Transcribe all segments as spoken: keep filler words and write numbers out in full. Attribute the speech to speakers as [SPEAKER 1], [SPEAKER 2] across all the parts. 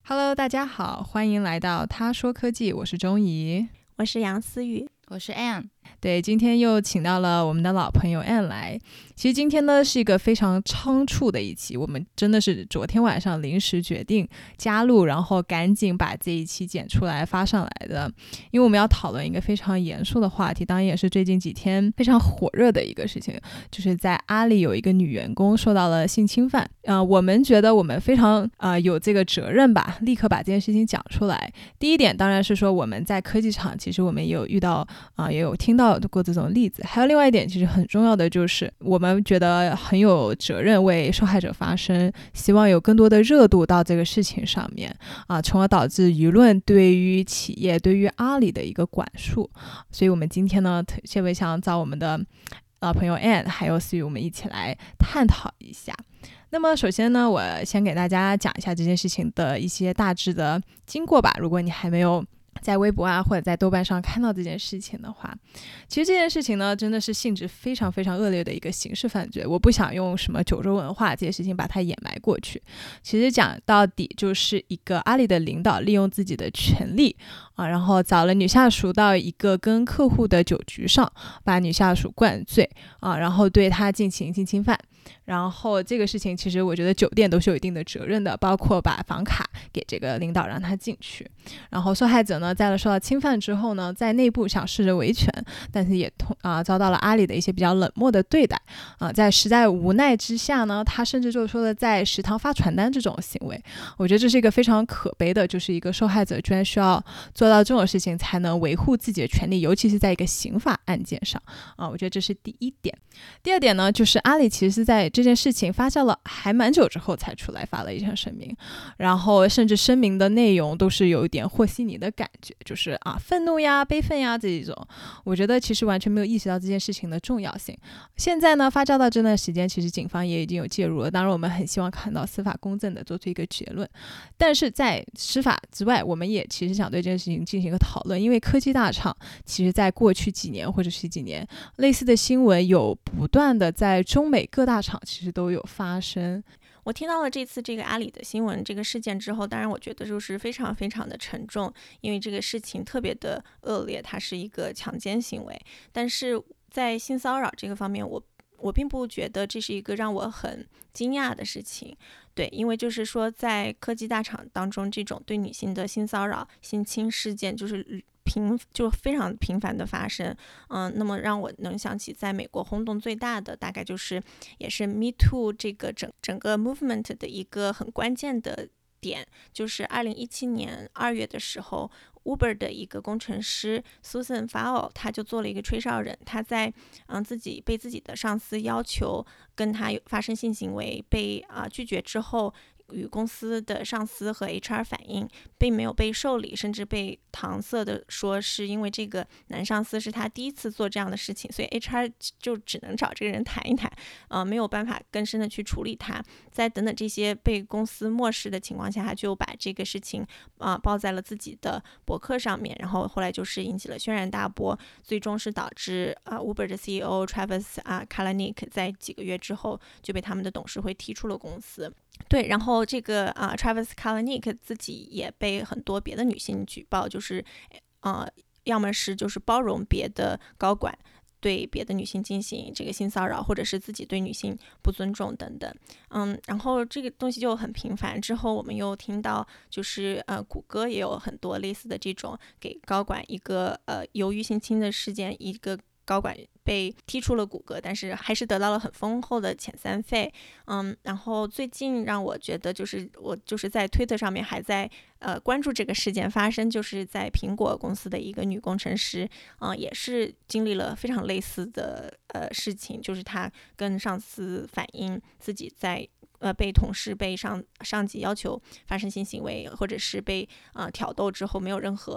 [SPEAKER 1] Hello， 大家好，欢迎来到他说科技，我是钟怡，
[SPEAKER 2] 我是杨思雨，
[SPEAKER 3] 我是 Anne。
[SPEAKER 1] 对，今天又请到了我们的老朋友 Anne 来。其实今天呢是一个非常仓促的一期，我们真的是昨天晚上临时决定加入，然后赶紧把这一期剪出来发上来的。因为我们要讨论一个非常严肃的话题，当然也是最近几天非常火热的一个事情，就是在阿里有一个女员工受到了性侵犯。呃，我们觉得我们非常呃有这个责任吧，立刻把这件事情讲出来。第一点当然是说我们在科技厂，其实我们也有遇到啊、呃，也有听到过这种例子。还有另外一点，其实很重要的就是我们觉得很有责任为受害者发声，希望有更多的热度到这个事情上面啊，从而导致舆论对于企业、对于阿里的一个管束。所以我们今天呢，特别想找我们的呃朋友 Anne 还有思雨，我们一起来探讨一下。那么首先呢，我先给大家讲一下这件事情的一些大致的经过吧。如果你还没有在微博啊或者在豆瓣上看到这件事情的话，其实这件事情呢真的是性质非常非常恶劣的一个刑事犯罪。我不想用什么九州文化这些事情把它掩埋过去，其实讲到底就是一个阿里的领导利用自己的权力啊，然后找了女下属到一个跟客户的酒局上，把女下属灌醉啊，然后对她进行性侵犯。然后这个事情其实我觉得酒店都是有一定的责任的，包括把房卡给这个领导让他进去。然后受害者呢在受到侵犯之后呢，在内部想试着维权，但是也啊、呃、遭到了阿里的一些比较冷漠的对待啊、呃，在实在无奈之下呢，他甚至就是说的在食堂发传单这种行为。我觉得这是一个非常可悲的，就是一个受害者居然需要做到这种事情才能维护自己的权利，尤其是在一个刑法案件上啊、呃，我觉得这是第一点。第二点呢，就是阿里其实是在这件事情发酵了还蛮久之后才出来发了一条声明，然后甚至声明的内容都是有一点和稀泥的感觉，就是啊愤怒呀悲愤呀这一种。我觉得其实完全没有意识到这件事情的重要性。现在呢发酵到这段时间，其实警方也已经有介入了，当然我们很希望看到司法公正的做出一个结论，但是在司法之外，我们也其实想对这件事情进行一个讨论。因为科技大厂其实在过去几年或者十几年，类似的新闻有不断的在中美各大厂其实都有发生。
[SPEAKER 2] 我听到了这次这个阿里的新闻这个事件之后，当然我觉得就是非常非常的沉重，因为这个事情特别的恶劣，它是一个强奸行为。但是在性骚扰这个方面，我我并不觉得这是一个让我很惊讶的事情。对，因为就是说在科技大厂当中，这种对女性的性骚扰性侵事件就是频就非常频繁的发生。嗯，那么让我能想起在美国轰动最大的大概就是也是 Me Too 这个整整个 movement 的一个很关键的点，就是二零一七年二月的时候，Uber 的一个工程师 Susan Fowle， 他就做了一个吹哨人，他在嗯自己被自己的上司要求跟他发生性行为被啊、呃、拒绝之后，与公司的上司和 H R 反映，并没有被受理，甚至被搪塞的说是因为这个男上司是他第一次做这样的事情，所以 H R 就只能找这个人谈一谈，呃，没有办法更深的去处理他。在等等这些被公司漠视的情况下，他就把这个事情啊、呃、报在了自己的博客上面，然后后来就是引起了轩然大波，最终是导致啊、呃、Uber 的 C E O Travis 啊 Kalanick 在几个月之后就被他们的董事会踢出了公司。对，然后这个啊、呃、Travis Kalanick 自己也被很多别的女性举报，就是呃，要么是就是包容别的高管对别的女性进行这个性骚扰，或者是自己对女性不尊重等等。嗯，然后这个东西就很频繁。之后我们又听到，就是呃，谷歌也有很多类似的这种给高管一个呃由于性侵的事件，一个高管被踢出了谷歌，但是还是得到了很丰厚的遣散费。嗯，然后最近让我觉得就是我就是在推特上面还在呃关注这个事件发生，就是在苹果公司的一个女工程师，嗯、呃，也是经历了非常类似的呃事情，就是她跟上司反映自己在呃，被同事被上上级要求发生性行为，或者是被呃挑逗之后没有任何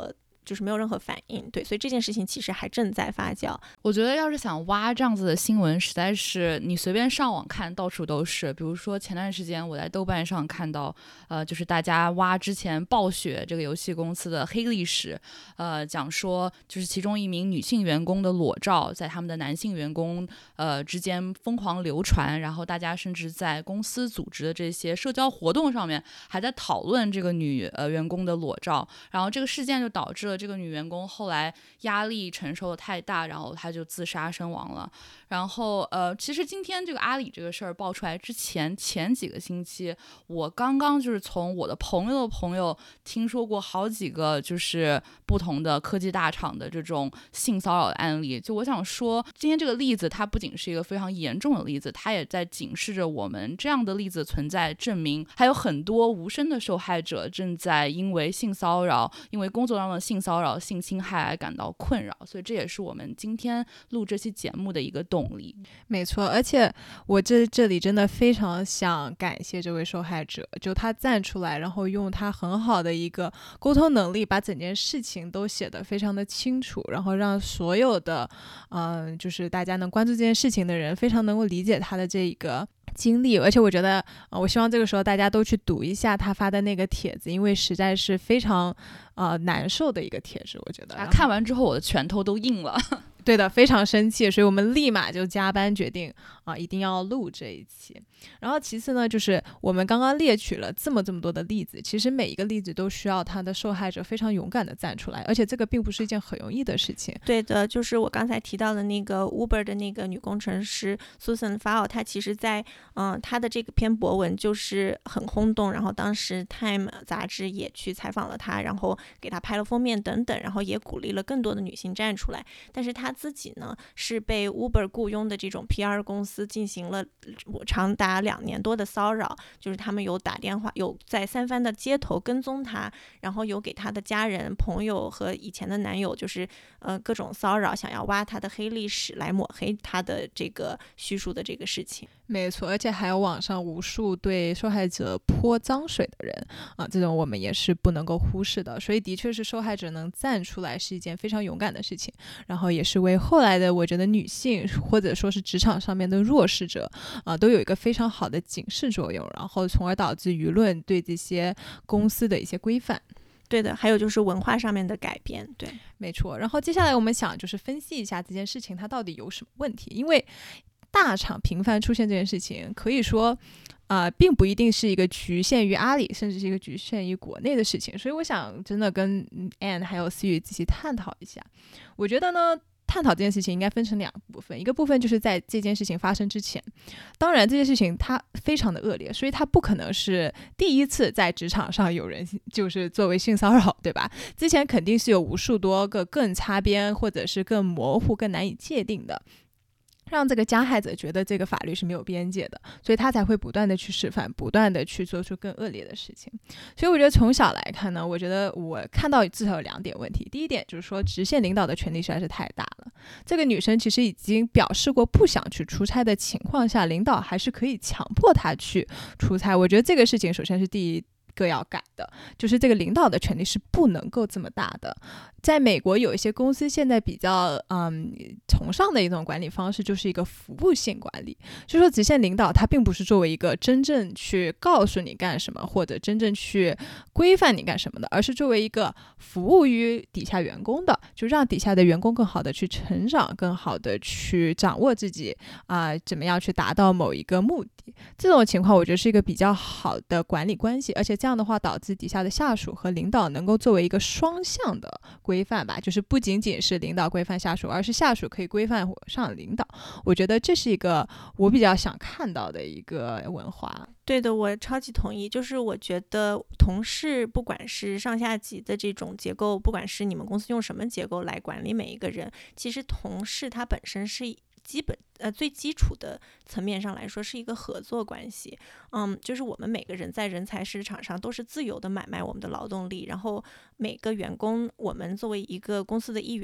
[SPEAKER 2] 就是没有任何反应。对，所以这件事情其实还正在发酵。
[SPEAKER 3] 我觉得要是想挖这样子的新闻，实在是你随便上网看到处都是。比如说前段时间我在豆瓣上看到呃，就是大家挖之前暴雪这个游戏公司的黑历史，呃，讲说就是其中一名女性员工的裸照在他们的男性员工呃之间疯狂流传，然后大家甚至在公司组织的这些社交活动上面还在讨论这个女呃员工的裸照，然后这个事件就导致了这个女员工后来压力承受的太大，然后她就自杀身亡了。然后呃，其实今天这个阿里这个事儿爆出来之前，前几个星期我刚刚就是从我的朋友的朋友听说过好几个就是不同的科技大厂的这种性骚扰的案例。就我想说，今天这个例子它不仅是一个非常严重的例子，它也在警示着我们，这样的例子存在证明还有很多无声的受害者正在因为性骚扰因为工作上的性骚扰性侵害而感到困扰，所以这也是我们今天录这期节目的一个动力。
[SPEAKER 1] 没错，而且我这这里真的非常想感谢这位受害者，就他站出来，然后用他很好的一个沟通能力把整件事情都写得非常的清楚，然后让所有的嗯、呃，就是大家能关注这件事情的人非常能够理解他的这一个经历。而且我觉得、呃、我希望这个时候大家都去读一下他发的那个帖子，因为实在是非常呃难受的一个帖子，我觉得、
[SPEAKER 3] 啊、看完之后我的拳头都硬了。
[SPEAKER 1] 对的，非常生气，所以我们立马就加班决定啊，一定要录这一期。然后其次呢，就是我们刚刚列举了这么这么多的例子，其实每一个例子都需要他的受害者非常勇敢的站出来，而且这个并不是一件很容易的事情。
[SPEAKER 2] 对的，就是我刚才提到的那个 Uber 的那个女工程师 Susan Fowler， 她其实在嗯、呃，她的这个篇博文就是很轰动，然后当时 Time 杂志也去采访了她，然后给她拍了封面等等，然后也鼓励了更多的女性站出来。但是她自己呢是被 Uber 雇佣的这种 P R 公司进行了长达两年多的骚扰，就是他们有打电话，有在三藩的街头跟踪她，然后有给她的家人朋友和以前的男友就是呃各种骚扰，想要挖她的黑历史来抹黑她的这个叙述的这个事情。
[SPEAKER 1] 没错，而且还有网上无数对受害者泼脏水的人啊，这种我们也是不能够忽视的。所以的确是受害者能站出来是一件非常勇敢的事情，然后也是为后来的我觉得女性或者说是职场上面的弱势者啊，都有一个非常好的警示作用，然后从而导致舆论对这些公司的一些规范。
[SPEAKER 2] 对的，还有就是文化上面的改变。对，
[SPEAKER 1] 没错。然后接下来我们想就是分析一下这件事情它到底有什么问题，因为大厂频繁出现这件事情，可以说呃，并不一定是一个局限于阿里，甚至是一个局限于国内的事情。所以我想真的跟 Anne 还有思雨仔细探讨一下。我觉得呢，探讨这件事情应该分成两个部分，一个部分就是在这件事情发生之前，当然这件事情它非常的恶劣，所以它不可能是第一次在职场上有人就是作为性骚扰，对吧？之前肯定是有无数多个更擦边或者是更模糊更难以界定的，让这个加害者觉得这个法律是没有边界的，所以他才会不断的去示范，不断的去做出更恶劣的事情。所以我觉得从小来看呢，我觉得我看到至少有两点问题。第一点就是说直线领导的权力实在是太大了，这个女生其实已经表示过不想去出差的情况下，领导还是可以强迫她去出差。我觉得这个事情首先是第一个要改的，就是这个领导的权力是不能够这么大的。在美国有一些公司现在比较嗯崇尚的一种管理方式，就是一个服务性管理，就是说直线领导他并不是作为一个真正去告诉你干什么或者真正去规范你干什么的，而是作为一个服务于底下员工的，就让底下的员工更好的去成长，更好的去掌握自己啊、呃、怎么样去达到某一个目的。这种情况我觉得是一个比较好的管理关系，而且这样的话导致底下的下属和领导能够作为一个双向的规范吧，就是不仅仅是领导规范下属，而是下属可以规范上领导。我觉得这是一个我比较想看到的一个文化。
[SPEAKER 2] 对的，我超级同意。就是我觉得同事不管是上下级的这种结构，不管是你们公司用什么结构来管理每一个人，其实同事他本身是基本呃最基础的层面上来说是一个合作关系。嗯，就是我们每个人在人才市场上都是自由的买卖我们的劳动力，然后每个员工我们作为一个公司的一员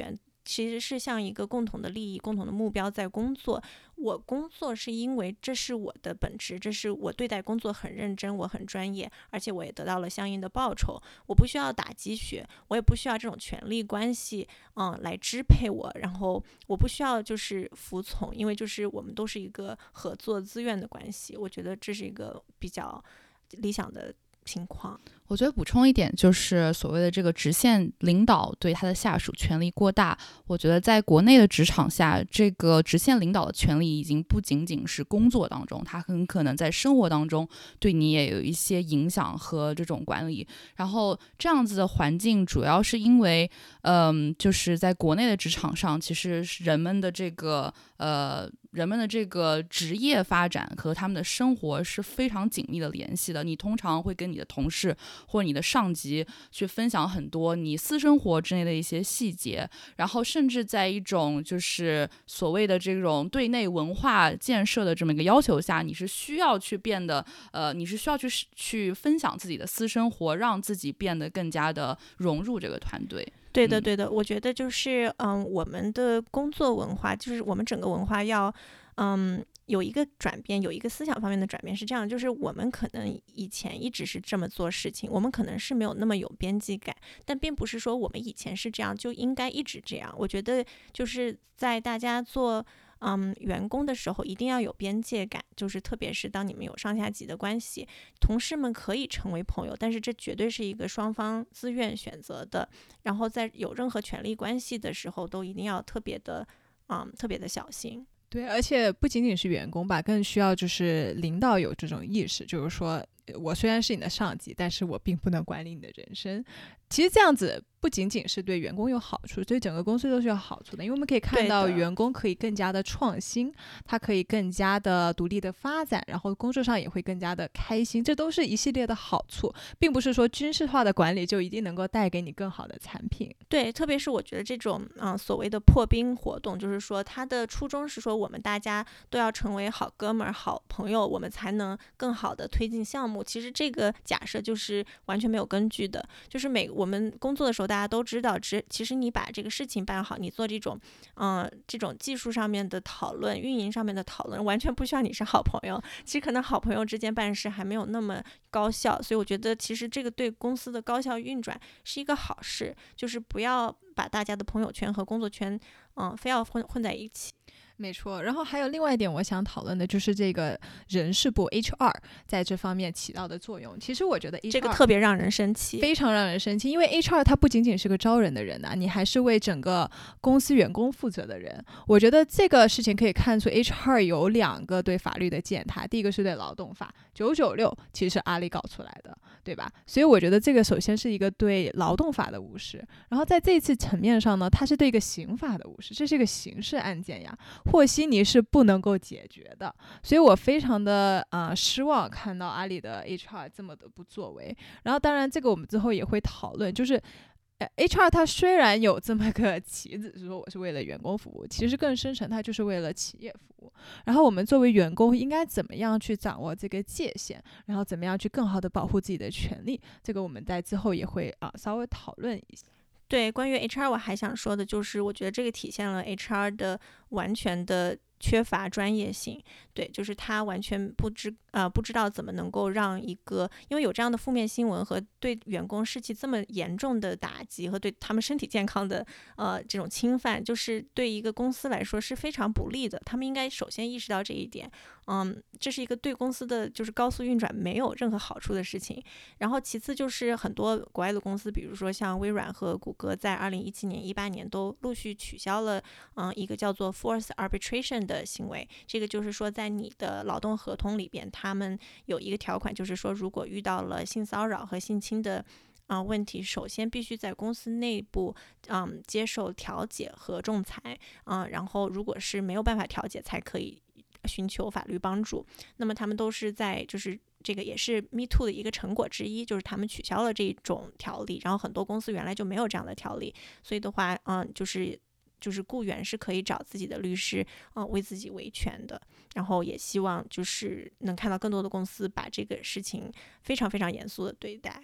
[SPEAKER 2] 其实是像一个共同的利益、共同的目标在工作。我工作是因为这是我的本职，这是我对待工作很认真，我很专业，而且我也得到了相应的报酬。我不需要打鸡血，我也不需要这种权力关系，嗯，来支配我。然后我不需要就是服从，因为就是我们都是一个合作自愿的关系。我觉得这是一个比较理想的情况。
[SPEAKER 3] 我觉得补充一点，就是所谓的这个直线领导对他的下属权力过大。我觉得在国内的职场下，这个直线领导的权力已经不仅仅是工作当中，他很可能在生活当中对你也有一些影响和这种管理。然后这样子的环境，主要是因为，嗯，就是在国内的职场上，其实人们的这个呃。人们的这个职业发展和他们的生活是非常紧密的联系的。你通常会跟你的同事或者你的上级去分享很多你私生活之内的一些细节，然后甚至在一种就是所谓的这种对内文化建设的这么一个要求下，你是需要去变得呃，你是需要去去分享自己的私生活，让自己变得更加的融入这个团队。
[SPEAKER 2] 对的，对的，我觉得就是，嗯，我们的工作文化，就是我们整个文化要，嗯，有一个转变，有一个思想方面的转变是这样，就是我们可能以前一直是这么做事情，我们可能是没有那么有边际感，但并不是说我们以前是这样就应该一直这样。我觉得就是在大家做。嗯，员工的时候一定要有边界感，就是特别是当你们有上下级的关系，同事们可以成为朋友，但是这绝对是一个双方自愿选择的。然后在有任何权利关系的时候，都一定要特别的，嗯，特别的小心。
[SPEAKER 1] 对，而且不仅仅是员工吧，更需要就是领导有这种意识，就是说我虽然是你的上级，但是我并不能管理你的人生。其实这样子不仅仅是对员工有好处，对整个公司都是有好处的，因为我们可以看到员工可以更加的创新，他可以更加的独立的发展，然后工作上也会更加的开心，这都是一系列的好处，并不是说军事化的管理就一定能够带给你更好的产品。
[SPEAKER 2] 对，特别是我觉得这种嗯、呃、所谓的破冰活动，就是说它的初衷是说我们大家都要成为好哥们儿、好朋友，我们才能更好的推进项目。其实这个假设就是完全没有根据的，就是每我们工作的时候大家都知道，只其实你把这个事情办好，你做这种嗯、呃、这种技术上面的讨论、运营上面的讨论，完全不需要你是好朋友。其实可能好朋友之间办事还没有那么高效，所以我觉得其实这个对公司的高效运转是一个好事，就是不要把大家的朋友圈和工作圈嗯非要混混在一起。
[SPEAKER 1] 没错，然后还有另外一点我想讨论的就是这个人事部 H R 在这方面起到的作用。其实我觉得 H R
[SPEAKER 2] 这个特别让人生气，
[SPEAKER 1] 非常让人生气，因为 H R 它不仅仅是个招人的人呐、啊，你还是为整个公司员工负责的人。我觉得这个事情可以看出 H R 有两个对法律的践踏，第一个是对劳动法九九六，其实是阿里搞出来的，对吧？所以我觉得这个首先是一个对劳动法的无视，然后在这次层面上呢，它是对一个刑法的无视，这是一个刑事案件呀。和稀泥是不能够解决的，所以我非常的呃失望看到阿里的 H R 这么的不作为。然后当然这个我们之后也会讨论，就是呃 H R 它虽然有这么个旗子，是说我是为了员工服务，其实更深层它就是为了企业服务。然后我们作为员工应该怎么样去掌握这个界限，然后怎么样去更好的保护自己的权利，这个我们在之后也会啊、呃、稍微讨论一下。
[SPEAKER 2] 对，关于 H R 我还想说的就是，我觉得这个体现了 H R 的完全的缺乏专业性。对，就是他完全不知呃不知道怎么能够让一个，因为有这样的负面新闻和对员工士气这么严重的打击和对他们身体健康的呃这种侵犯，就是对一个公司来说是非常不利的。他们应该首先意识到这一点，嗯，这是一个对公司的就是高速运转没有任何好处的事情。然后其次就是很多国外的公司，比如说像微软和谷歌，在二零一七年、一八年都陆续取消了嗯一个叫做 forced arbitration 的行为。这个就是说在你的劳动合同里边，他们有一个条款，就是说如果遇到了性骚扰和性侵的啊、呃、问题，首先必须在公司内部嗯接受调解和仲裁啊、呃，然后如果是没有办法调解，才可以寻求法律帮助。那么他们都是在就是这个也是 Me Too 的一个成果之一，就是他们取消了这种条例，然后很多公司原来就没有这样的条例，所以的话嗯就是就是雇员是可以找自己的律师嗯、呃、为自己维权的。然后也希望就是能看到更多的公司把这个事情非常非常严肃的对待。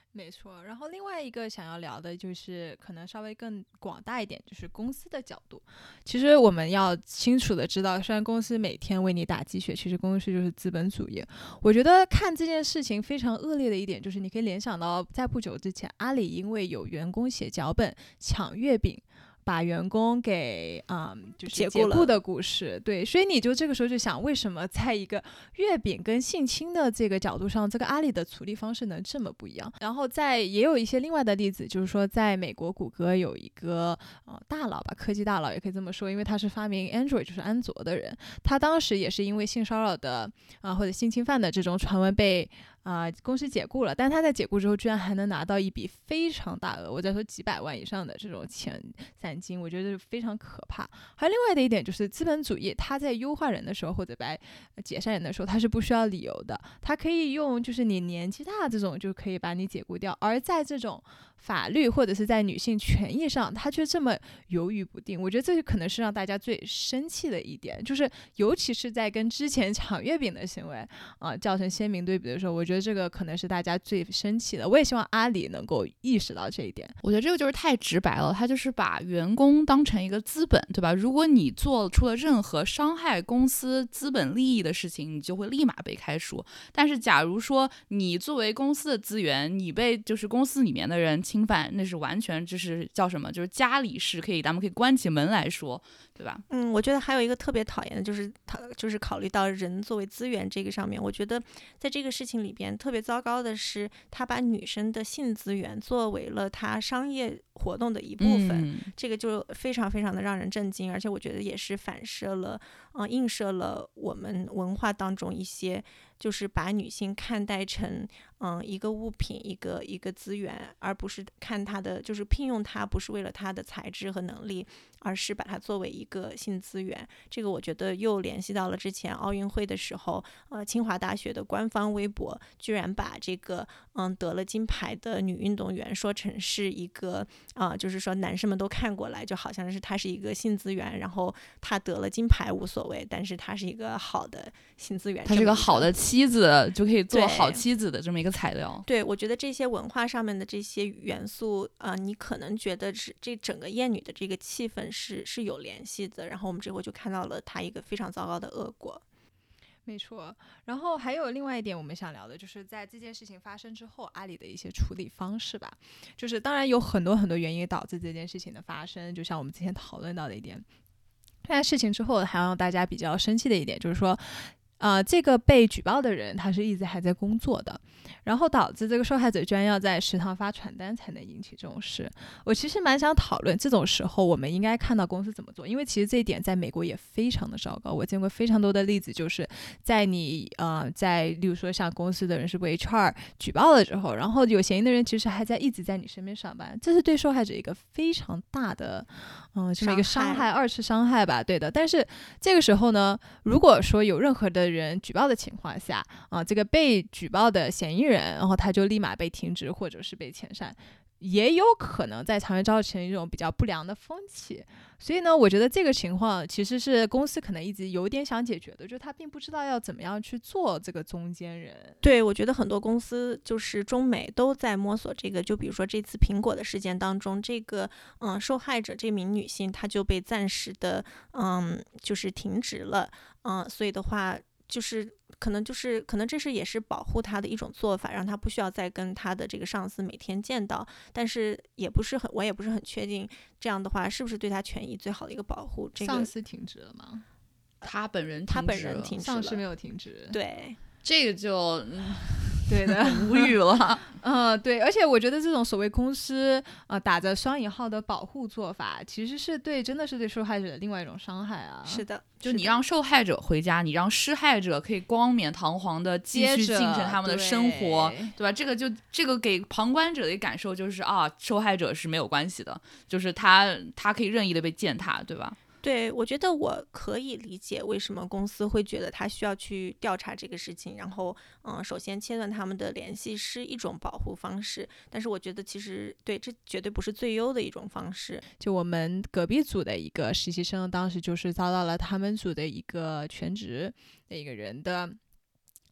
[SPEAKER 1] 没错，然后另外一个想要聊的就是可能稍微更广大一点，就是公司的角度。其实我们要清楚的知道，虽然公司每天为你打鸡血，其实公司就是资本主义。我觉得看这件事情非常恶劣的一点，就是你可以联想到在不久之前，阿里因为有员工写脚本抢月饼，把员工给嗯就是解雇的故事。对，所以你就这个时候就想，为什么在一个月饼跟性侵的这个角度上，这个阿里的处理方式能这么不一样？然后在也有一些另外的例子，就是说在美国谷歌有一个呃大佬吧，科技大佬也可以这么说，因为他是发明 Android 就是安卓的人，他当时也是因为性骚扰的啊、呃、或者性侵犯的这种传闻被啊、呃，公司解雇了，但他在解雇之后居然还能拿到一笔非常大额，我在说几百万以上的这种钱散金，我觉得非常可怕。还有另外的一点就是资本主义，他在优化人的时候或者在解散人的时候，他是不需要理由的，他可以用就是你年纪大这种就可以把你解雇掉，而在这种法律或者是在女性权益上，他却这么犹豫不定。我觉得这可能是让大家最生气的一点，就是尤其是在跟之前抢月饼的行为啊、呃、造成鲜明对比的时候，我觉得这个可能是大家最生气的。我也希望阿里能够意识到这一点。
[SPEAKER 3] 我觉得这个就是太直白了，他就是把员工当成一个资本，对吧？如果你做出了任何伤害公司资本利益的事情，你就会立马被开除。但是假如说你作为公司的资源，你被就是公司里面的人侵犯，那是完全就是叫什么，就是家里事，可以咱们可以关起门来说，对吧？
[SPEAKER 2] 嗯，我觉得还有一个特别讨厌的就是就是考虑到人作为资源这个上面，我觉得在这个事情里边特别糟糕的是，他把女生的性资源作为了他商业活动的一部分、嗯、这个就非常非常的让人震惊，而且我觉得也是反射了呃，映射了我们文化当中一些就是把女性看待成嗯一个物品，一个一个资源，而不是看她的就是聘用她不是为了她的才智和能力，而是把它作为一个性资源。这个我觉得又联系到了之前奥运会的时候，呃，清华大学的官方微博居然把这个嗯得了金牌的女运动员说成是一个啊、呃，就是说男生们都看过来，就好像是她是一个性资源，然后她得了金牌无所谓，但是她是一个好的性资源，
[SPEAKER 3] 她是个好的妻子，就可以做好妻子的这么一个材料。
[SPEAKER 2] 对，我觉得这些文化上面的这些元素，呃，你可能觉得是这整个厌女的这个气氛是是有联系的，然后我们这回就看到了它一个非常糟糕的恶果。
[SPEAKER 1] 没错，然后还有另外一点我们想聊的，就是在这件事情发生之后，阿里的一些处理方式吧。就是当然有很多很多原因导致这件事情的发生，就像我们之前讨论到的一点。在事情之后，还让大家比较生气的一点就是说，呃，这个被举报的人他是一直还在工作的，然后导致这个受害者居然要在食堂发传单才能引起重视。我其实蛮想讨论这种时候我们应该看到公司怎么做，因为其实这一点在美国也非常的糟糕。我见过非常多的例子，就是在你呃在例如说像公司的人事部 H R 举报了之后，然后有嫌疑的人其实还在一直在你身边上班，这是对受害者一个非常大的嗯、呃、这么一个伤害，二次伤害吧。对的，但是这个时候呢，如果说有任何的人举报的情况下啊、呃，这个被举报的嫌疑人，然后他就立马被停职或者是被遣散，也有可能在长远造成一种比较不良的风气。所以呢，我觉得这个情况其实是公司可能一直有点想解决的，就是他并不知道要怎么样去做这个中间人。
[SPEAKER 2] 对，我觉得很多公司就是中美都在摸索这个，就比如说这次苹果的事件当中，这个嗯受害者这名女性她就被暂时的嗯就是停职了，嗯，所以的话就是可能就是可能这是也是保护他的一种做法，让他不需要再跟他的这个上司每天见到，但是也不是很我也不是很确定这样的话是不是对他权益最好的一个保护。这个
[SPEAKER 1] 上司停职了吗？
[SPEAKER 3] 他本人停
[SPEAKER 2] 职了，他本人停职了，
[SPEAKER 1] 上司没有停职。
[SPEAKER 2] 对，
[SPEAKER 3] 这个就嗯
[SPEAKER 1] 对的，
[SPEAKER 3] 无语了。
[SPEAKER 1] 嗯，对，而且我觉得这种所谓公司呃打着双引号的保护做法，其实是对真的是对受害者的另外一种伤害啊。
[SPEAKER 2] 是的，
[SPEAKER 3] 就你让受害者回家，你让施害者可以光冕堂皇的继续进行他们的生活，对, 对吧？这个就这个给旁观者的感受就是啊，受害者是没有关系的，就是他他可以任意的被践踏，对吧？
[SPEAKER 2] 对，我觉得我可以理解为什么公司会觉得他需要去调查这个事情，然后嗯，首先切断他们的联系是一种保护方式，但是我觉得其实对这绝对不是最优的一种方式。
[SPEAKER 1] 就我们隔壁组的一个实习生，当时就是遭到了他们组的一个全职的一个人的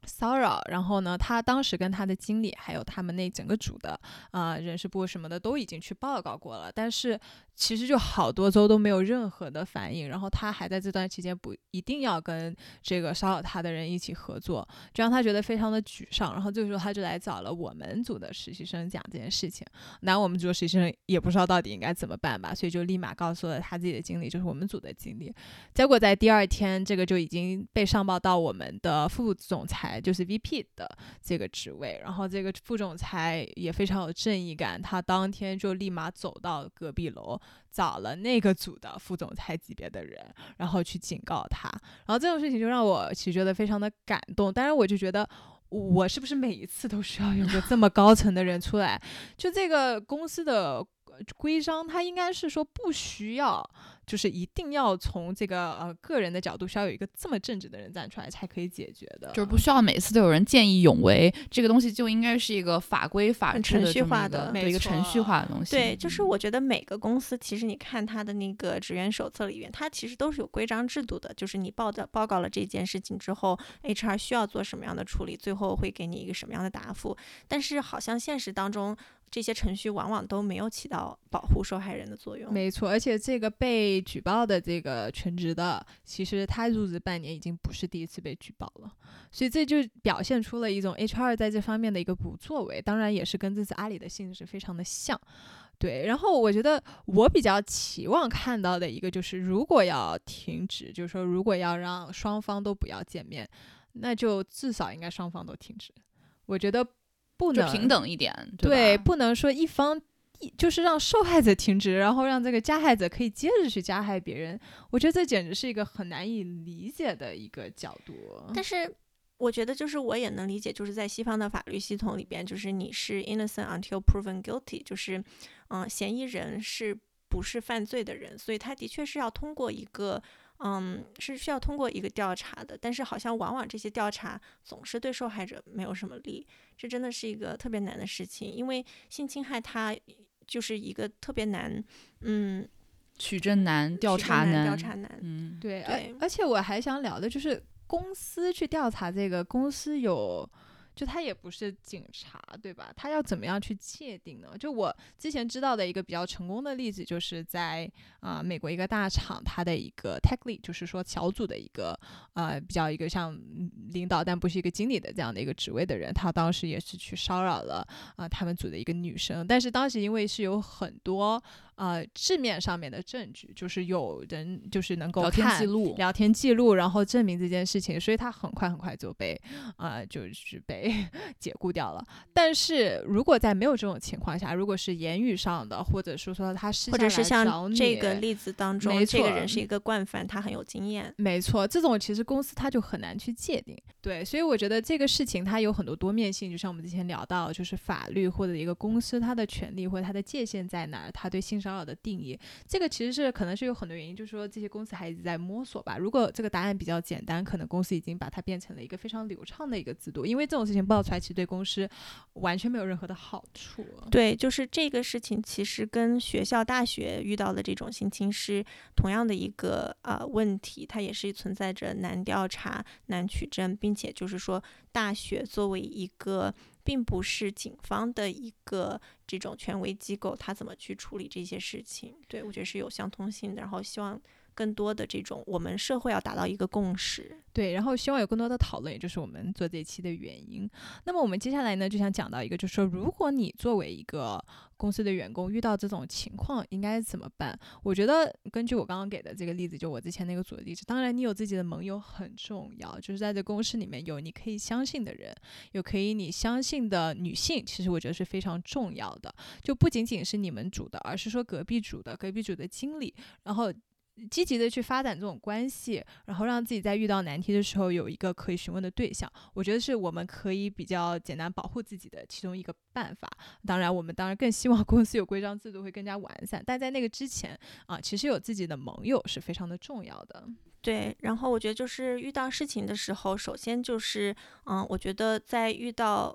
[SPEAKER 1] 骚扰，然后呢，他当时跟他的经理还有他们那整个组的啊、呃、人事部什么的都已经去报告过了，但是其实就好多周都没有任何的反应，然后他还在这段期间不一定要跟这个骚扰他的人一起合作，就让他觉得非常的沮丧。然后这个时候他就来找了我们组的实习生讲这件事情，那我们组的实习生也不知道到底应该怎么办吧，所以就立马告诉了他自己的经理，就是我们组的经理。结果在第二天，这个就已经被上报到我们的副总裁，就是 V P 的这个职位，然后这个副总裁也非常有正义感，他当天就立马走到隔壁楼找了那个组的副总裁级别的人，然后去警告他。然后这种事情就让我其实觉得非常的感动，当然我就觉得我是不是每一次都需要有个这么高层的人出来，就这个公司的规章它应该是说不需要就是一定要从这个呃个人的角度需要有一个这么正直的人站出来才可以解决的，
[SPEAKER 3] 就是不需要每次都有人见义勇为，这个东西就应该是一个法规法制的
[SPEAKER 2] 程序化的
[SPEAKER 3] 对一个程序化的东西。
[SPEAKER 2] 对，就是我觉得每个公司其实你看它的那个职员手册里面，它其实都是有规章制度的，就是你报的报告了这件事情之后 H R 需要做什么样的处理，最后会给你一个什么样的答复，但是好像现实当中这些程序往往都没有起到保护受害人的作用。
[SPEAKER 1] 没错，而且这个被举报的这个全职的，其实他入职半年已经不是第一次被举报了，所以这就表现出了一种 H R 在这方面的一个不作为，当然也是跟这次阿里的性质非常的像。对，然后我觉得我比较期望看到的一个就是，如果要停止，就是说如果要让双方都不要见面，那就至少应该双方都停止。我觉得不能
[SPEAKER 3] 就平等一点， 对,
[SPEAKER 1] 对，不能说一方就是让受害者停止，然后让这个加害者可以接着去加害别人，我觉得这简直是一个很难以理解的一个角度。
[SPEAKER 2] 但是我觉得就是我也能理解，就是在西方的法律系统里边，就是你是 innocent until proven guilty， 就是嗯、呃，嫌疑人是不是犯罪的人，所以他的确是要通过一个嗯，是需要通过一个调查的，但是好像往往这些调查总是对受害者没有什么利，这真的是一个特别难的事情，因为性侵害它就是一个特别难，嗯，
[SPEAKER 3] 取证难，调查难，
[SPEAKER 2] 调查难，
[SPEAKER 3] 嗯，
[SPEAKER 1] 对，
[SPEAKER 2] 对，
[SPEAKER 1] 而且我还想聊的就是公司去调查这个，公司有。就他也不是警察，对吧？他要怎么样去界定呢？就我之前知道的一个比较成功的例子，就是在啊、呃、美国一个大厂，他的一个 tech lead， 就是说小组的一个呃比较一个像领导但不是一个经理的这样的一个职位的人，他当时也是去骚扰了啊、呃、他们组的一个女生，但是当时因为是有很多呃字面上面的证据，就是有人就是能够看
[SPEAKER 3] 聊天记录，
[SPEAKER 1] 聊天记录，然后证明这件事情，所以他很快很快就被呃就是被解雇掉了。但是如果在没有这种情况下，如果是言语上的，或者说说他私下
[SPEAKER 2] 或者是像这
[SPEAKER 1] 个
[SPEAKER 2] 例子当中，这个人是一个惯犯，他很有经验，
[SPEAKER 1] 没错，这种其实公司他就很难去界定。对，所以我觉得这个事情它有很多多面性，就像我们之前聊到，就是法律或者一个公司它的权利或者它的界限在哪儿，它对性骚扰的定义，这个其实是可能是有很多原因，就是说这些公司还一直在摸索吧。如果这个答案比较简单，可能公司已经把它变成了一个非常流畅的一个制度，因为这种事情爆出来其实对公司完全没有任何的好处。
[SPEAKER 2] 对，就是这个事情其实跟学校大学遇到的这种性侵是同样的一个呃问题，它也是存在着难调查难取证，并且就是说大学作为一个并不是警方的一个这种权威机构，它怎么去处理这些事情，对，我觉得是有相通性的，然后希望更多的这种我们社会要达到一个共识。
[SPEAKER 1] 对，然后希望有更多的讨论，也就是我们做这一期的原因。那么我们接下来呢，就想讲到一个，就是说如果你作为一个公司的员工遇到这种情况应该怎么办。我觉得根据我刚刚给的这个例子，就我之前那个组的例子，当然你有自己的盟友很重要，就是在这公司里面有你可以相信的人，有可以你相信的女性，其实我觉得是非常重要的，就不仅仅是你们组的，而是说隔壁组的隔壁组的经理，然后积极的去发展这种关系，然后让自己在遇到难题的时候有一个可以询问的对象，我觉得是我们可以比较简单保护自己的其中一个办法。当然我们当然更希望公司有规章制度会更加完善，但在那个之前啊，其实有自己的盟友是非常的重要的。
[SPEAKER 2] 对，然后我觉得就是遇到事情的时候，首先就是嗯，我觉得在遇到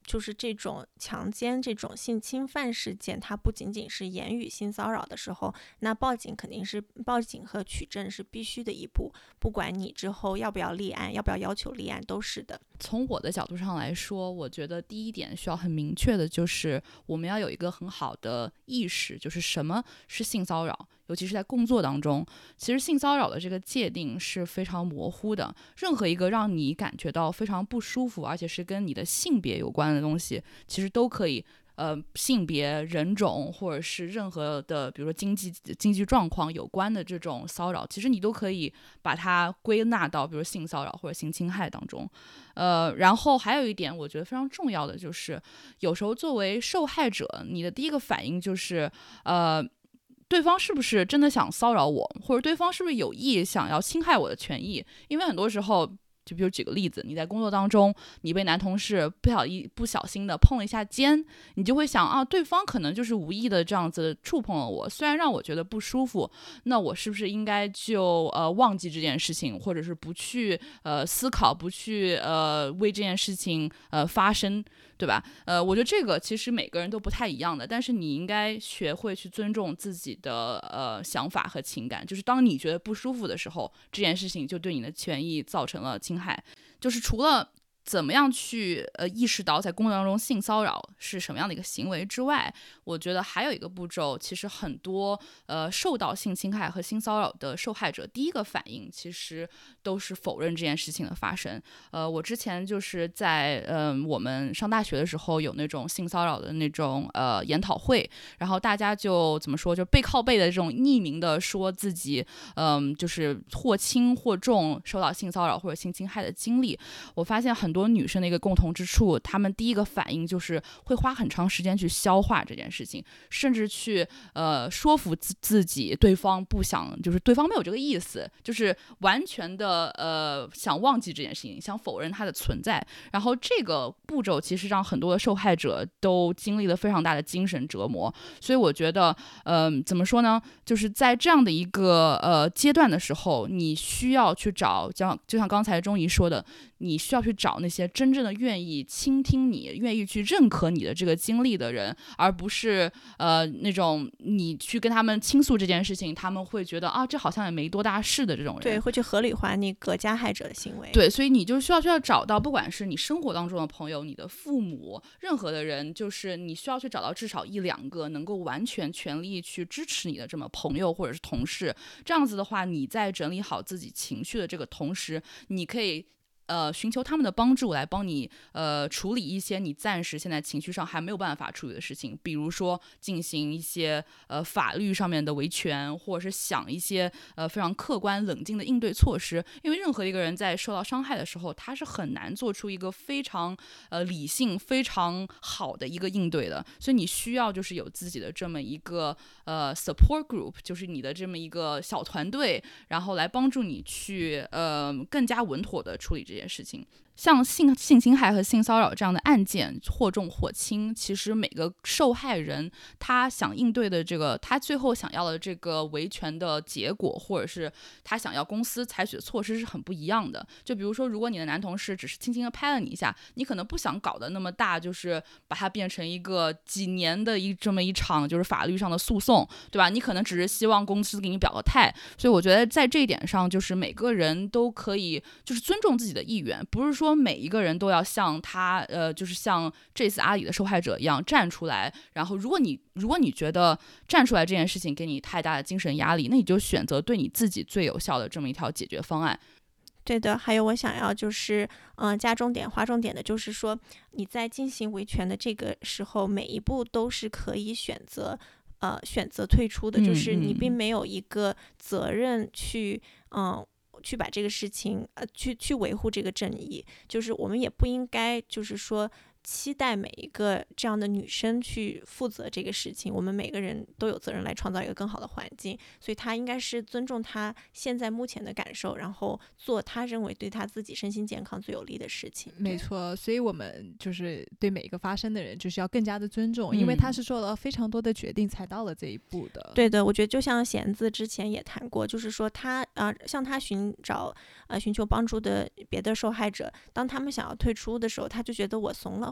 [SPEAKER 2] 就是这种强奸、这种性侵犯事件，它不仅仅是言语性骚扰的时候，那报警肯定是报警和取证是必须的一步，不管你之后要不要立案，要不要要求立案，都是的。
[SPEAKER 3] 从我的角度上来说，我觉得第一点需要很明确的就是我们要有一个很好的意识，就是什么是性骚扰，尤其是在工作当中，其实性骚扰的这个界定是非常模糊的，任何一个让你感觉到非常不舒服，而且是跟你的性别有关的东西，其实都可以呃，性别、人种或者是任何的，比如说经济经济状况有关的这种骚扰，其实你都可以把它归纳到比如性骚扰或者性侵害当中。呃，然后还有一点我觉得非常重要的就是，有时候作为受害者，你的第一个反应就是呃。对方是不是真的想骚扰我，或者对方是不是有意想要侵害我的权益？因为很多时候，就比如举个例子，你在工作当中，你被男同事不小意不小心的碰了一下肩，你就会想啊，对方可能就是无意的这样子触碰了我，虽然让我觉得不舒服，那我是不是应该就呃忘记这件事情，或者是不去呃思考，不去呃为这件事情呃发生？对吧？呃，我觉得这个其实每个人都不太一样的，但是你应该学会去尊重自己的呃想法和情感。就是当你觉得不舒服的时候，这件事情就对你的权益造成了侵害。就是除了怎么样去呃意识到在工作当中性骚扰是什么样的一个行为之外，我觉得还有一个步骤，其实很多呃受到性侵害和性骚扰的受害者，第一个反应其实都是否认这件事情的发生。呃，我之前就是在嗯、呃、我们上大学的时候有那种性骚扰的那种呃研讨会，然后大家就怎么说，就背靠背的这种匿名的说自己嗯、呃、就是或轻或重受到性骚扰或者性侵害的经历，我发现很多女生的一个共同之处，她们第一个反应就是会花很长时间去消化这件事情，甚至去呃说服自自己对方不想，就是对方没有这个意思，就是完全的呃想忘记这件事情，想否认它的存在。然后这个步骤其实让很多的受害者都经历了非常大的精神折磨。所以我觉得呃怎么说呢，就是在这样的一个呃阶段的时候，你需要去找，像就像刚才钟怡说的，你需要去找那些真正的愿意倾听你、愿意去认可你的这个经历的人，而不是呃那种你去跟他们倾诉这件事情，他们会觉得啊这好像也没多大事的这种人，
[SPEAKER 2] 对，会去合理化那个加害者的行为。
[SPEAKER 3] 对，所以你就需要需要找到，不管是你生活当中的朋友、你的父母，任何的人，就是你需要去找到至少一两个能够完全全力去支持你的这么朋友或者是同事。这样子的话，你在整理好自己情绪的这个同时，你可以呃，寻求他们的帮助来帮你呃处理一些你暂时现在情绪上还没有办法处理的事情，比如说进行一些呃法律上面的维权，或者是想一些呃非常客观冷静的应对措施。因为任何一个人在受到伤害的时候，他是很难做出一个非常呃理性、非常好的一个应对的，所以你需要就是有自己的这么一个呃 support group， 就是你的这么一个小团队，然后来帮助你去呃更加稳妥的处理这些。这件事情。像性性侵害和性骚扰这样的案件，或重或轻，其实每个受害人他想应对的这个，他最后想要的这个维权的结果，或者是他想要公司采取的措施是很不一样的。就比如说，如果你的男同事只是轻轻的拍了你一下，你可能不想搞得那么大，就是把它变成一个几年的一这么一场就是法律上的诉讼，对吧？你可能只是希望公司给你表个态。所以我觉得在这一点上，就是每个人都可以就是尊重自己的意愿，不是说每一个人都要像他呃，就是像这次阿里的受害者一样站出来。然后如果你如果你觉得站出来这件事情给你太大的精神压力，那你就选择对你自己最有效的这么一条解决方案。
[SPEAKER 2] 对的，还有我想要就是嗯、呃、加重点划重点的就是说，你在进行维权的这个时候，每一步都是可以选择呃选择退出的，就是你并没有一个责任去嗯、呃去把这个事情呃去去维护这个正义，就是我们也不应该就是说期待每一个这样的女生去负责这个事情，我们每个人都有责任来创造一个更好的环境，所以她应该是尊重她现在目前的感受，然后做她认为对她自己身心健康最有利的事情。
[SPEAKER 1] 没错，所以我们就是对每一个发声的人就是要更加的尊重、嗯、因为他是做了非常多的决定才到了这一步的。
[SPEAKER 2] 对的，我觉得就像弦子之前也谈过，就是说他呃向他寻找呃寻求帮助的别的受害者，当他们想要退出的时候，他就觉得我怂了，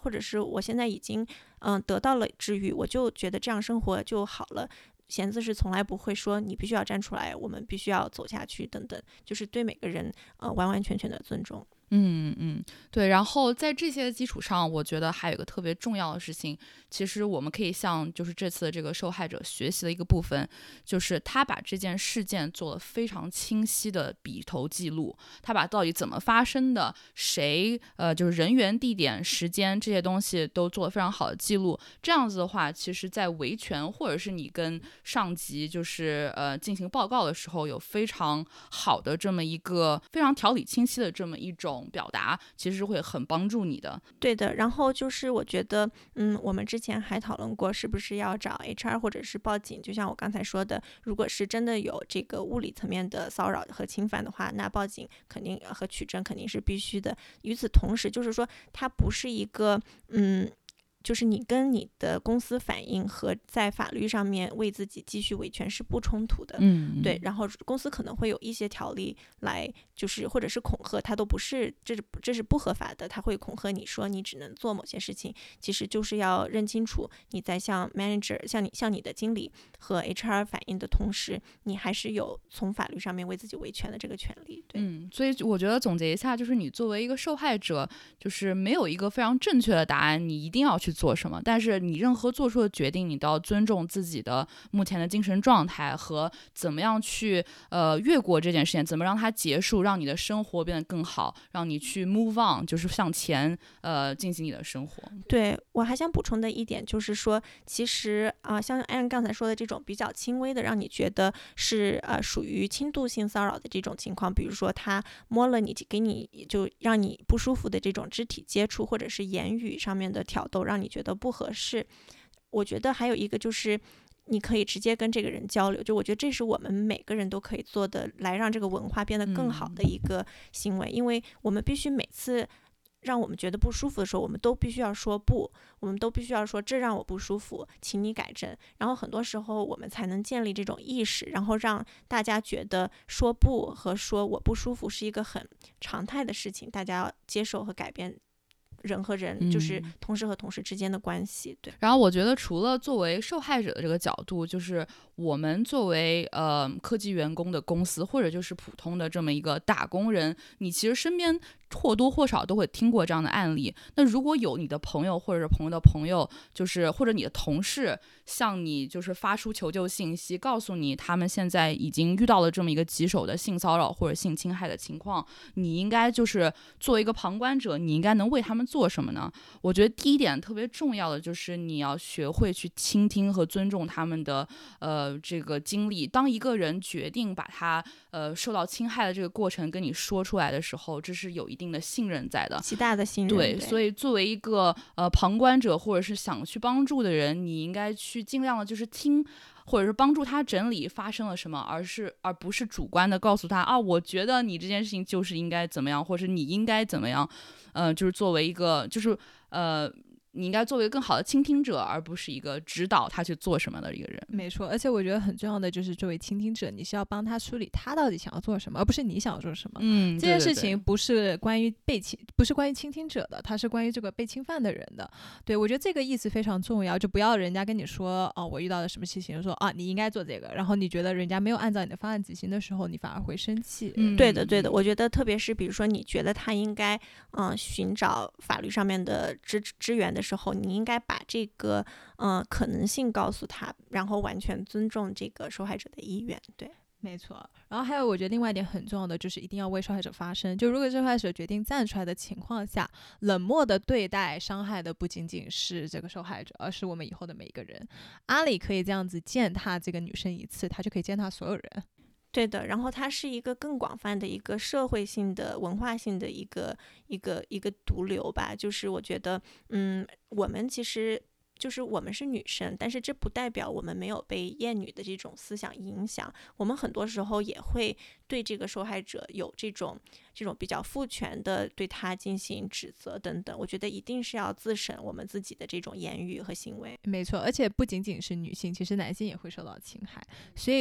[SPEAKER 2] 或者是我现在已经嗯、呃、得到了治愈，我就觉得这样生活就好了。弦子是从来不会说你必须要站出来，我们必须要走下去等等，就是对每个人呃完完全全的尊重。
[SPEAKER 3] 嗯嗯，对。然后在这些基础上，我觉得还有一个特别重要的事情，其实我们可以向就是这次的这个受害者学习的一个部分，就是他把这件事件做了非常清晰的笔头记录，他把到底怎么发生的，谁呃就是人员、地点、时间这些东西都做了非常好的记录。这样子的话，其实在维权或者是你跟上级就是呃进行报告的时候，有非常好的这么一个非常条理清晰的这么一种表达，其实会很帮助你的。
[SPEAKER 2] 对的，然后就是我觉得嗯我们之前还讨论过是不是要找 H R 或者是报警，就像我刚才说的，如果是真的有这个物理层面的骚扰和侵犯的话，那报警肯定和取证肯定是必须的。与此同时，就是说它不是一个嗯就是你跟你的公司反映和在法律上面为自己继续维权是不冲突的。
[SPEAKER 3] 嗯，
[SPEAKER 2] 对，然后公司可能会有一些条例来就是或者是恐吓，它都不是这是这是不合法的，他会恐吓你说你只能做某些事情，其实就是要认清楚你在向 manager 向你向你的经理和 H R 反映的同时，你还是有从法律上面为自己维权的这个权利。对，
[SPEAKER 3] 嗯，所以我觉得总结一下，就是你作为一个受害者，就是没有一个非常正确的答案，你一定要去做什么，但是你任何做出的决定，你都要尊重自己的目前的精神状态和怎么样去呃越过这件事情，怎么让它结束，让你的生活变得更好，让你去 move on， 就是向前呃进行你的生活。
[SPEAKER 2] 对，我还想补充的一点就是说，其实啊、呃，像安刚才说的这种比较轻微的，让你觉得是呃属于轻度性骚扰的这种情况，比如说他摸了你，给你就让你不舒服的这种肢体接触，或者是言语上面的挑逗，让你觉得不合适。我觉得还有一个就是你可以直接跟这个人交流，就我觉得这是我们每个人都可以做的，来让这个文化变得更好的一个行为，嗯、因为我们必须每次让我们觉得不舒服的时候，我们都必须要说不，我们都必须要说这让我不舒服，请你改正。然后很多时候我们才能建立这种意识，然后让大家觉得说不和说我不舒服是一个很常态的事情，大家要接受和改变人和人，就是同事和同事之间的关系。对。
[SPEAKER 3] 然后我觉得除了作为受害者的这个角度，就是我们作为呃科技员工的公司，或者就是普通的这么一个打工人，你其实身边或多或少都会听过这样的案例。那如果有你的朋友或者是朋友的朋友，就是或者你的同事向你就是发出求救信息，告诉你他们现在已经遇到了这么一个棘手的性骚扰或者性侵害的情况，你应该就是作为一个旁观者，你应该能为他们做什么呢？我觉得第一点特别重要的就是你要学会去倾听和尊重他们的呃这个经历。当一个人决定把他呃受到侵害的这个过程跟你说出来的时候，这是有一定的信任在的，
[SPEAKER 2] 极大的信任。
[SPEAKER 3] 对，对，所以作为一个呃旁观者或者是想去帮助的人，你应该去尽量的就是听，或者是帮助他整理发生了什么，而是而不是主观的告诉他啊，我觉得你这件事情就是应该怎么样，或者你应该怎么样，呃，就是作为一个就是呃。你应该作为更好的倾听者，而不是一个指导他去做什么的一个人。
[SPEAKER 1] 没错，而且我觉得很重要的就是作为倾听者，你是要帮他梳理他到底想要做什么，而不是你想要做什么。
[SPEAKER 3] 嗯，
[SPEAKER 1] 这件事情不是关于被侵，不是关于倾听者的，它是关于这个被侵犯的人的。对，我觉得这个意思非常重要，就不要人家跟你说哦，我遇到了什么事情，说啊你应该做这个，然后你觉得人家没有按照你的方案执行的时候，你反而会生气。
[SPEAKER 2] 嗯，对的，对的。我觉得特别是比如说你觉得他应该嗯、呃、寻找法律上面的支支援的时候，你应该把这个嗯、呃、可能性告诉他，然后完全尊重这个受害者的意愿。对，
[SPEAKER 1] 没错。然后还有我觉得另外一点很重要的就是一定要为受害者发声，就如果受害者决定站出来的情况下，冷漠的对待伤害的不仅仅是这个受害者，而是我们以后的每一个人。阿里可以这样子践踏这个女生一次，他就可以践踏所有人。
[SPEAKER 2] 对的，然后它是一个更广泛的一个社会性的文化性的一个一个一个毒瘤吧。就是我觉得嗯我们其实就是我们是女生，但是这不代表我们没有被厌女的这种思想影响，我们很多时候也会对这个受害者有这种这种比较父权的对他进行指责等等。我觉得一定是要自审我们自己的这种言语和行为。
[SPEAKER 1] 没错，而且不仅仅是女性，其实男性也会受到侵害，所以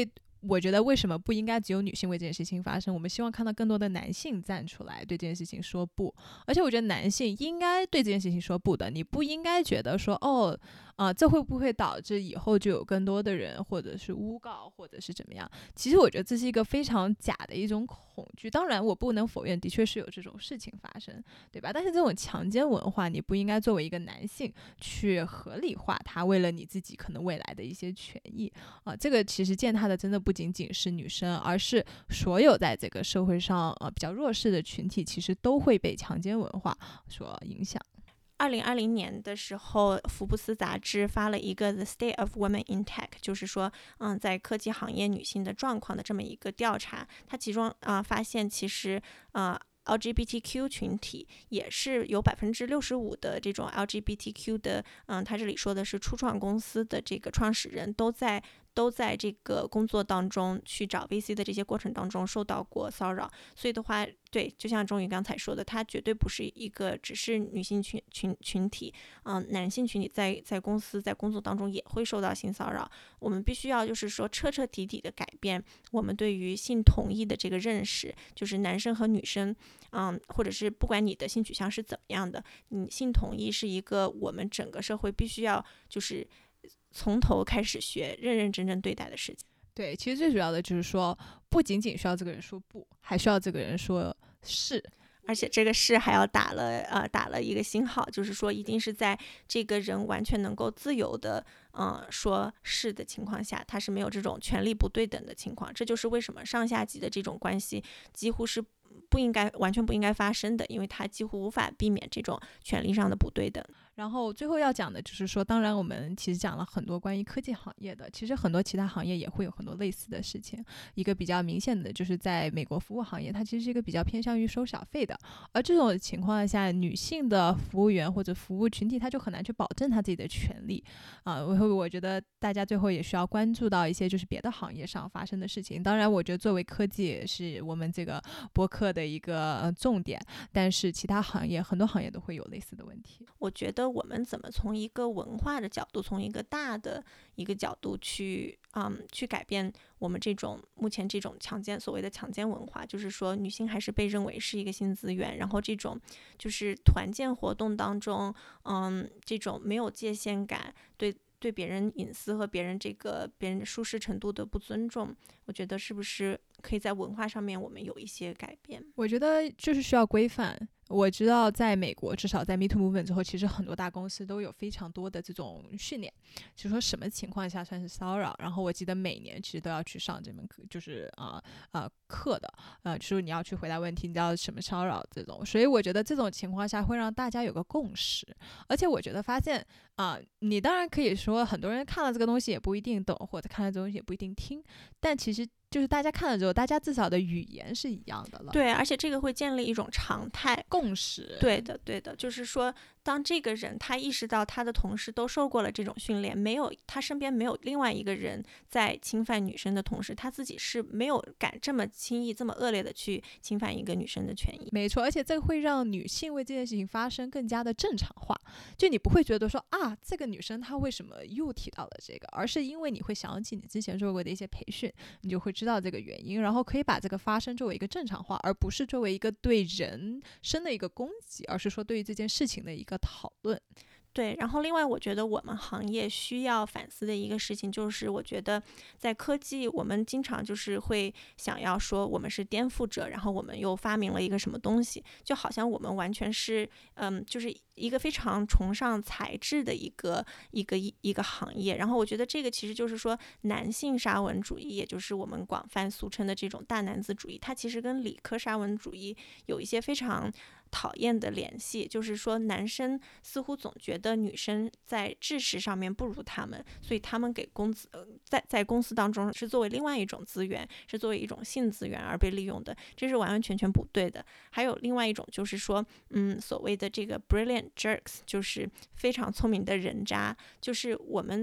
[SPEAKER 1] 我觉得为什么不应该只有女性为这件事情发生，我们希望看到更多的男性站出来对这件事情说不，而且我觉得男性应该对这件事情说不的，你不应该觉得说哦啊、呃，这会不会导致以后就有更多的人或者是诬告或者是怎么样，其实我觉得这是一个非常假的一种恐惧，当然我不能否认的确是有这种事情发生，对吧？但是这种强奸文化你不应该作为一个男性去合理化它，为了你自己可能未来的一些权益啊、呃，这个其实践踏的真的不仅仅是女生，而是所有在这个社会上呃比较弱势的群体，其实都会被强奸文化所影响。
[SPEAKER 2] 二零二零年的时候，福布斯杂志发了一个 The State of Women in Tech， 就是说，嗯，在科技行业女性的状况的这么一个调查。它其中啊、呃、发现，其实啊、呃、L G B T Q 群体也是有百分之六十五的这种 L G B T Q 的，嗯，他这里说的是初创公司的这个创始人都在。都在这个工作当中去找 V C 的这些过程当中受到过骚扰，所以的话，对，就像钟宇刚才说的，它绝对不是一个只是女性群群群体，嗯、呃，男性群体在在公司在工作当中也会受到性骚扰。我们必须要就是说彻彻底底的改变我们对于性同意的这个认识，就是男生和女生，嗯，或者是不管你的性取向是怎么样的，你性同意是一个我们整个社会必须要就是从头开始学，认认真真对待的事情。
[SPEAKER 1] 对，其实最主要的就是说，不仅仅需要这个人说不，还需要这个人说是。
[SPEAKER 2] 而且这个是还要打了呃打了一个星号，就是说一定是在这个人完全能够自由的嗯、呃、说是的情况下，他是没有这种权力不对等的情况。这就是为什么上下级的这种关系几乎是不应该完全不应该发生的，因为它几乎无法避免这种权力上的不对等。
[SPEAKER 1] 然后最后要讲的就是说，当然我们其实讲了很多关于科技行业的，其实很多其他行业也会有很多类似的事情。一个比较明显的就是在美国服务行业，它其实是一个比较偏向于收小费的，而这种情况下，女性的服务员或者服务群体，他就很难去保证他自己的权利啊。我我觉得大家最后也需要关注到一些就是别的行业上发生的事情。当然，我觉得作为科技也是我们这个播客的一个、呃、重点，但是其他行业很多行业都会有类似的问题。
[SPEAKER 2] 我觉得我们怎么从一个文化的角度，从一个大的一个角度去，嗯，去改变我们这种目前这种强奸所谓的强奸文化，就是说女性还是被认为是一个性资源，然后这种就是团建活动当中，嗯，这种没有界限感，对对别人隐私和别人这个别人舒适程度的不尊重，我觉得是不是可以在文化上面我们有一些改变？
[SPEAKER 1] 我觉得就是需要规范。我知道在美国，至少在 Me Too Movement 之后，其实很多大公司都有非常多的这种训练，就是说什么情况下算是骚扰。然后我记得每年其实都要去上这门课，就是啊啊、呃呃、课的，呃，就是你要去回答问题，你知道什么骚扰这种。所以我觉得这种情况下会让大家有个共识。而且我觉得发现啊、呃，你当然可以说很多人看了这个东西也不一定懂，或者看了这个东西也不一定听，但其实就是大家看了之后，大家至少的语言是一样的了。
[SPEAKER 2] 对，而且这个会建立一种常态
[SPEAKER 1] 共识。
[SPEAKER 2] 对的，对的，就是说，当这个人他意识到他的同事都受过了这种训练，没有他身边没有另外一个人在侵犯女生的同时，他自己是没有敢这么轻易、这么恶劣的去侵犯一个女生的权益。
[SPEAKER 1] 没错，而且这个会让女性为这件事情发生更加的正常化，就你不会觉得说啊，这个女生她为什么又提到了这个，而是因为你会想起你之前做过的一些培训，你就会知道这个原因，然后可以把这个发生作为一个正常化，而不是作为一个对人生的一个攻击，而是说对于这件事情的一个讨论。
[SPEAKER 2] 对，然后另外我觉得我们行业需要反思的一个事情就是，我觉得在科技，我们经常就是会想要说我们是颠覆者，然后我们又发明了一个什么东西，就好像我们完全是，嗯，就是一个非常崇尚材质的一个一个一一个行业。然后我觉得这个其实就是说，男性沙文主义，也就是我们广泛俗称的这种大男子主义，它其实跟理科沙文主义有一些非常讨厌的联系，就是说男生似乎总觉得女生在知识上面不如他们，所以他们给公司、呃、在在公司当中是作为另外一种资源，是作为一种性资源而被利用的，这是完完全全不对的。还有另外一种就是说，嗯，所谓的这个 brilliant jerks， 就是非常聪明的人渣，就是我们。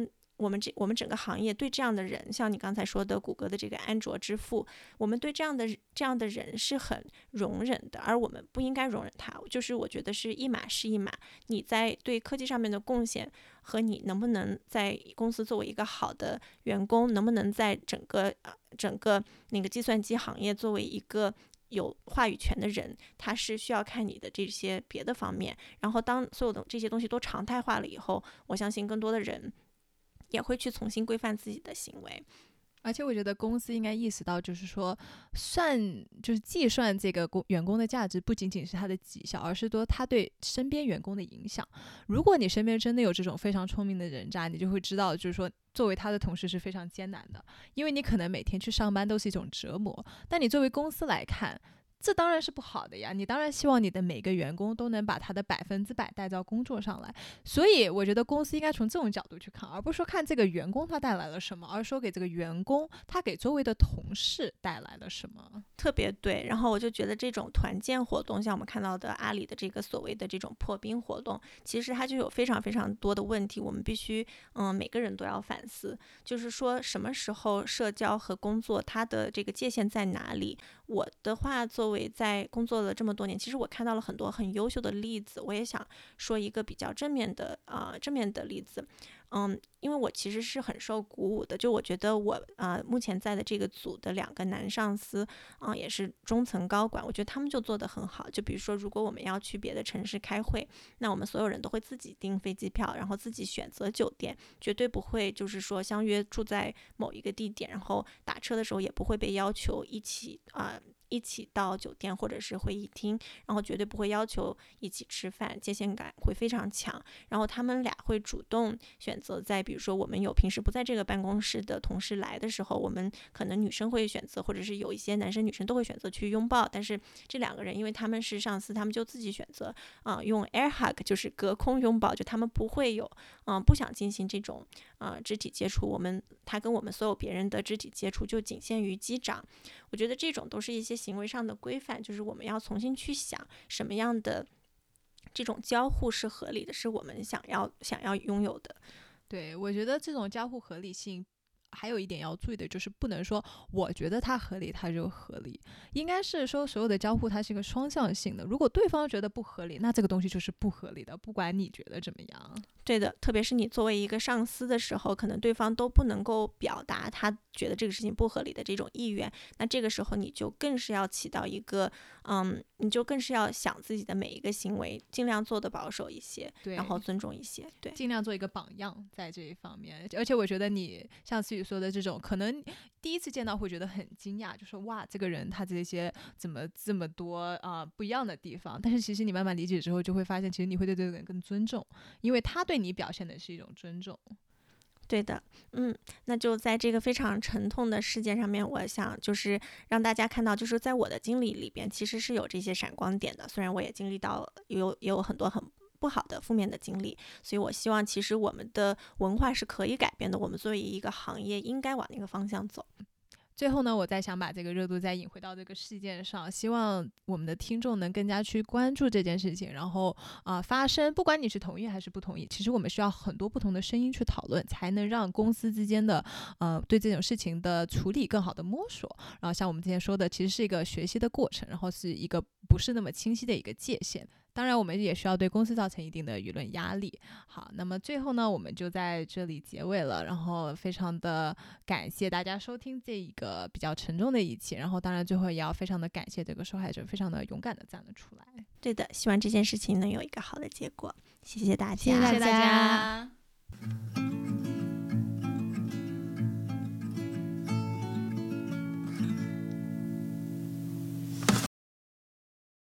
[SPEAKER 2] 我们这我们整个行业对这样的人，像你刚才说的谷歌的这个安卓之父，我们对这样的这样的人是很容忍的，而我们不应该容忍他。就是我觉得是一码是一码，你在对科技上面的贡献和你能不能在公司作为一个好的员工，能不能在整个呃整个那个计算机行业作为一个有话语权的人，他是需要看你的这些别的方面。然后当所有的这些东西都常态化了以后，我相信更多的人也会去重新规范自己的行为。
[SPEAKER 1] 而且我觉得公司应该意识到，就是说算就是计算这个工员工的价值，不仅仅是他的绩效，而是说他对身边员工的影响。如果你身边真的有这种非常聪明的人渣，你就会知道，就是说作为他的同事是非常艰难的，因为你可能每天去上班都是一种折磨。但你作为公司来看，这当然是不好的呀，你当然希望你的每个员工都能把他的百分之百带到工作上来。所以我觉得公司应该从这种角度去看，而不是说看这个员工他带来了什么，而是说给这个员工他给周围的同事带来了什么。
[SPEAKER 2] 特别对。然后我就觉得这种团建活动，像我们看到的阿里的这个所谓的这种破冰活动，其实它就有非常非常多的问题，我们必须嗯每个人都要反思，就是说什么时候社交和工作它的这个界限在哪里。我的话，作为在工作了这么多年，其实我看到了很多很优秀的例子，我也想说一个比较正面的啊、呃、正面的例子。嗯，因为我其实是很受鼓舞的，就我觉得我啊、呃、目前在的这个组的两个男上司啊、呃、也是中层高管，我觉得他们就做得很好。就比如说，如果我们要去别的城市开会，那我们所有人都会自己订飞机票，然后自己选择酒店，绝对不会就是说相约住在某一个地点，然后打车的时候也不会被要求一起啊。呃一起到酒店或者是会议厅，然后绝对不会要求一起吃饭，界限感会非常强。然后他们俩会主动选择在比如说我们有平时不在这个办公室的同事来的时候，我们可能女生会选择，或者是有一些男生女生都会选择去拥抱，但是这两个人因为他们是上司，他们就自己选择啊、呃、用 air hug， 就是隔空拥抱，就他们不会有嗯、呃、不想进行这种呃肢体接触，我们他跟我们所有别人的肢体接触就仅限于击掌。我觉得这种都是一些行为上的规范，就是我们要重新去想什么样的这种交互是合理的，是我们想要想要拥有的。
[SPEAKER 1] 对，我觉得这种交互合理性还有一点要注意的，就是不能说我觉得它合理它就合理，应该是说所有的交互它是一个双向性的，如果对方觉得不合理，那这个东西就是不合理的，不管你觉得怎么样。
[SPEAKER 2] 对的，特别是你作为一个上司的时候，可能对方都不能够表达他觉得这个事情不合理的这种意愿，那这个时候你就更是要起到一个嗯，你就更是要想自己的每一个行为尽量做的保守一些，
[SPEAKER 1] 对，
[SPEAKER 2] 然后尊重一些，对，
[SPEAKER 1] 尽量做一个榜样在这一方面。而且我觉得你像思雨说的这种，可能第一次见到会觉得很惊讶，就说哇这个人他这些怎么这么多啊、呃、不一样的地方，但是其实你慢慢理解之后就会发现，其实你会对这个人更尊重，因为他对你表现的是一种尊重。
[SPEAKER 2] 对的，嗯，那就在这个非常沉痛的事件上面，我想就是让大家看到，就是在我的经历里边，其实是有这些闪光点的。虽然我也经历到有也有很多很不好的负面的经历，所以我希望其实我们的文化是可以改变的。我们作为一个行业，应该往那个方向走。
[SPEAKER 1] 最后呢，我再想把这个热度再引回到这个事件上，希望我们的听众能更加去关注这件事情，然后啊、呃、发声，不管你是同意还是不同意，其实我们需要很多不同的声音去讨论，才能让公司之间的呃对这种事情的处理更好的摸索。然后像我们之前说的，其实是一个学习的过程，然后是一个不是那么清晰的一个界限。当然我们也需要对公司造成一定的舆论压力。好，那么最后呢，我们就在这里结尾了，然后非常的感谢大家收听这一个比较沉重的一期，然后当然最后也要非常的感谢这个受害者非常的勇敢的站了出来。
[SPEAKER 2] 对的，希望这件事情能有一个好的结果，谢谢大家，
[SPEAKER 3] 谢谢大家。